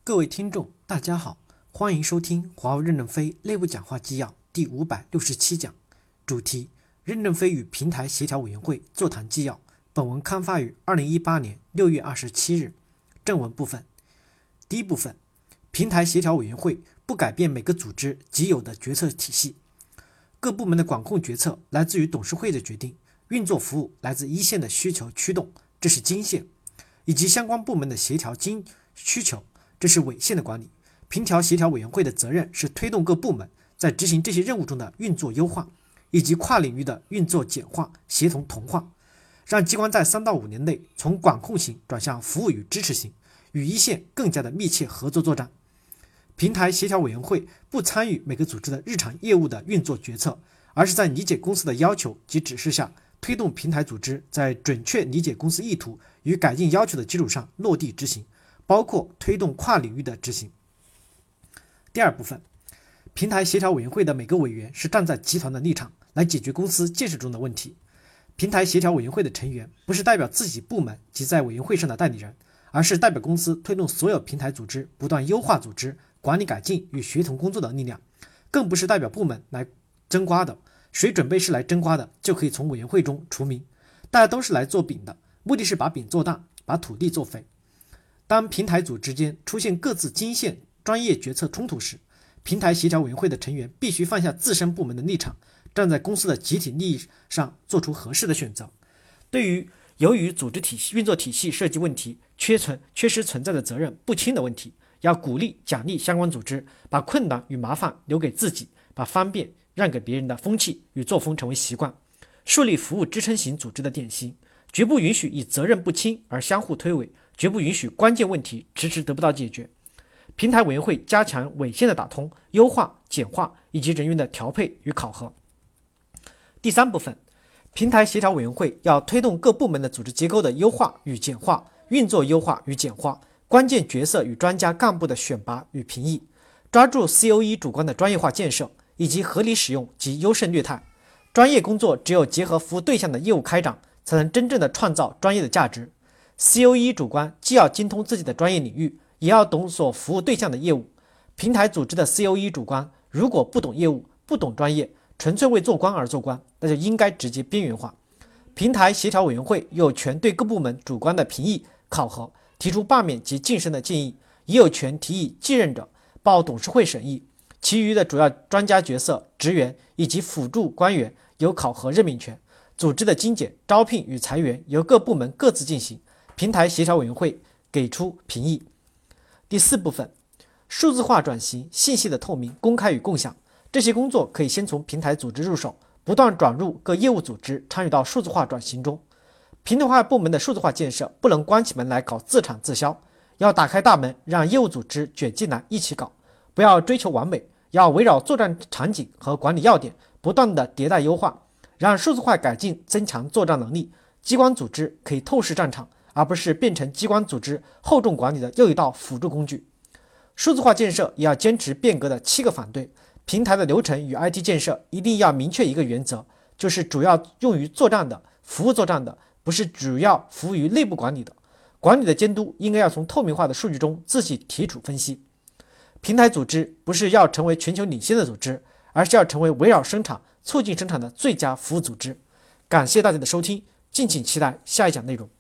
各位听众，大家好，欢迎收听华为任正非内部讲话纪要第567讲，主题：任正非与平台协调委员会座谈纪要。本文刊发于2018年6月27日。正文部分，第一部分，平台协调委员会不改变每个组织既有的决策体系，各部门的管控决策来自于董事会的决定，运作服务来自一线的需求驱动，这是经线，以及相关部门的协调需求，这是纬线的管理。平调协调委员会的责任是推动各部门在执行这些任务中的运作优化，以及跨领域的运作简化、协同同化，让机关在3到5年内从管控型转向服务与支持型，与一线更加的密切合作作战。平台协调委员会不参与每个组织的日常业务的运作决策，而是在理解公司的要求及指示下，推动平台组织在准确理解公司意图与改进要求的基础上落地执行，包括推动跨领域的执行。第二部分，平台协调委员会的每个委员是站在集团的立场来解决公司建设中的问题。平台协调委员会的成员不是代表自己部门及在委员会上的代理人，而是代表公司推动所有平台组织不断优化组织管理改进与协同工作的力量，更不是代表部门来争瓜的。谁准备是来争瓜的，就可以从委员会中除名。大家都是来做饼的，目的是把饼做大，把土地做肥。当平台组之间出现各自经线专业决策冲突时，平台协调委员会的成员必须放下自身部门的立场，站在公司的集体利益上做出合适的选择。对于由于组织体系运作体系设计问题缺失存在的责任不清的问题，要鼓励奖励相关组织把困难与麻烦留给自己，把方便让给别人的风气与作风成为习惯，树立服务支撑型组织的典型，绝不允许以责任不清而相互推诿，绝不允许关键问题迟迟得不到解决。平台委员会加强纬线的打通、优化、简化以及人员的调配与考核。第三部分，平台协调委员会要推动各部门的组织结构的优化与简化，运作优化与简化，关键角色与专家干部的选拔与评议，抓住 COE 主观的专业化建设以及合理使用及优胜劣汰。专业工作只有结合服务对象的业务开展，才能真正的创造专业的价值。COE 主观既要精通自己的专业领域，也要懂所服务对象的业务。平台组织的 COE 主观如果不懂业务、不懂专业，纯粹为做官而做官，那就应该直接边缘化。平台协调委员会有权对各部门主观的评议、考核提出罢免及晋升的建议，也有权提议继任者报董事会审议。其余的主要专家角色、职员以及辅助官员有考核任命权。组织的精简、招聘与裁员由各部门各自进行，平台协调委员会给出评议。第四部分，数字化转型、信息的透明、公开与共享。这些工作可以先从平台组织入手，不断转入各业务组织，参与到数字化转型中。平台化部门的数字化建设不能关起门来搞自产自销，要打开大门，让业务组织卷进来一起搞，不要追求完美，要围绕作战场景和管理要点不断的迭代优化，让数字化改进增强作战能力。机关组织可以透视战场，而不是变成机关组织厚重管理的又一道辅助工具。数字化建设也要坚持变革的7个反对。平台的流程与 IT 建设一定要明确一个原则，就是主要用于作战的、服务作战的，不是主要服务于内部管理的。管理的监督应该要从透明化的数据中自己提取分析。平台组织不是要成为全球领先的组织，而是要成为围绕生产、促进生产的最佳服务组织。感谢大家的收听，敬请期待下一讲内容。